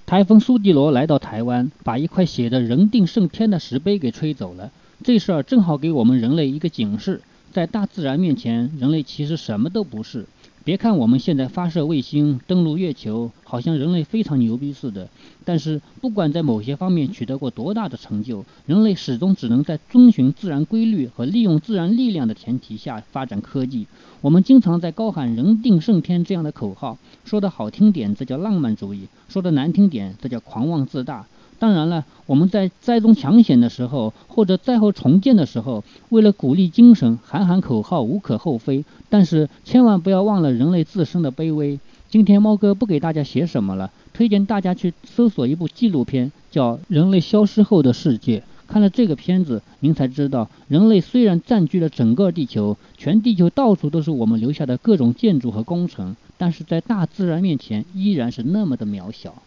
台风苏迪罗来到台湾，把一块写的人定胜天的石碑给吹走了。这事儿正好给我们人类一个警示，在大自然面前，人类其实什么都不是。别看我们现在发射卫星、登陆月球，好像人类非常牛逼似的，但是不管在某些方面取得过多大的成就，人类始终只能在遵循自然规律和利用自然力量的前提下发展科技。我们经常在高喊人定胜天这样的口号，说的好听点，这叫浪漫主义；说的难听点，这叫狂妄自大。当然了，我们在灾中抢险的时候，或者灾后重建的时候，为了鼓励精神，喊喊口号无可厚非。但是千万不要忘了人类自身的卑微。今天猫哥不给大家写什么了，推荐大家去搜索一部纪录片，叫《人类消失后的世界》。看了这个片子，您才知道，人类虽然占据了整个地球，全地球到处都是我们留下的各种建筑和工程，但是在大自然面前依然是那么的渺小。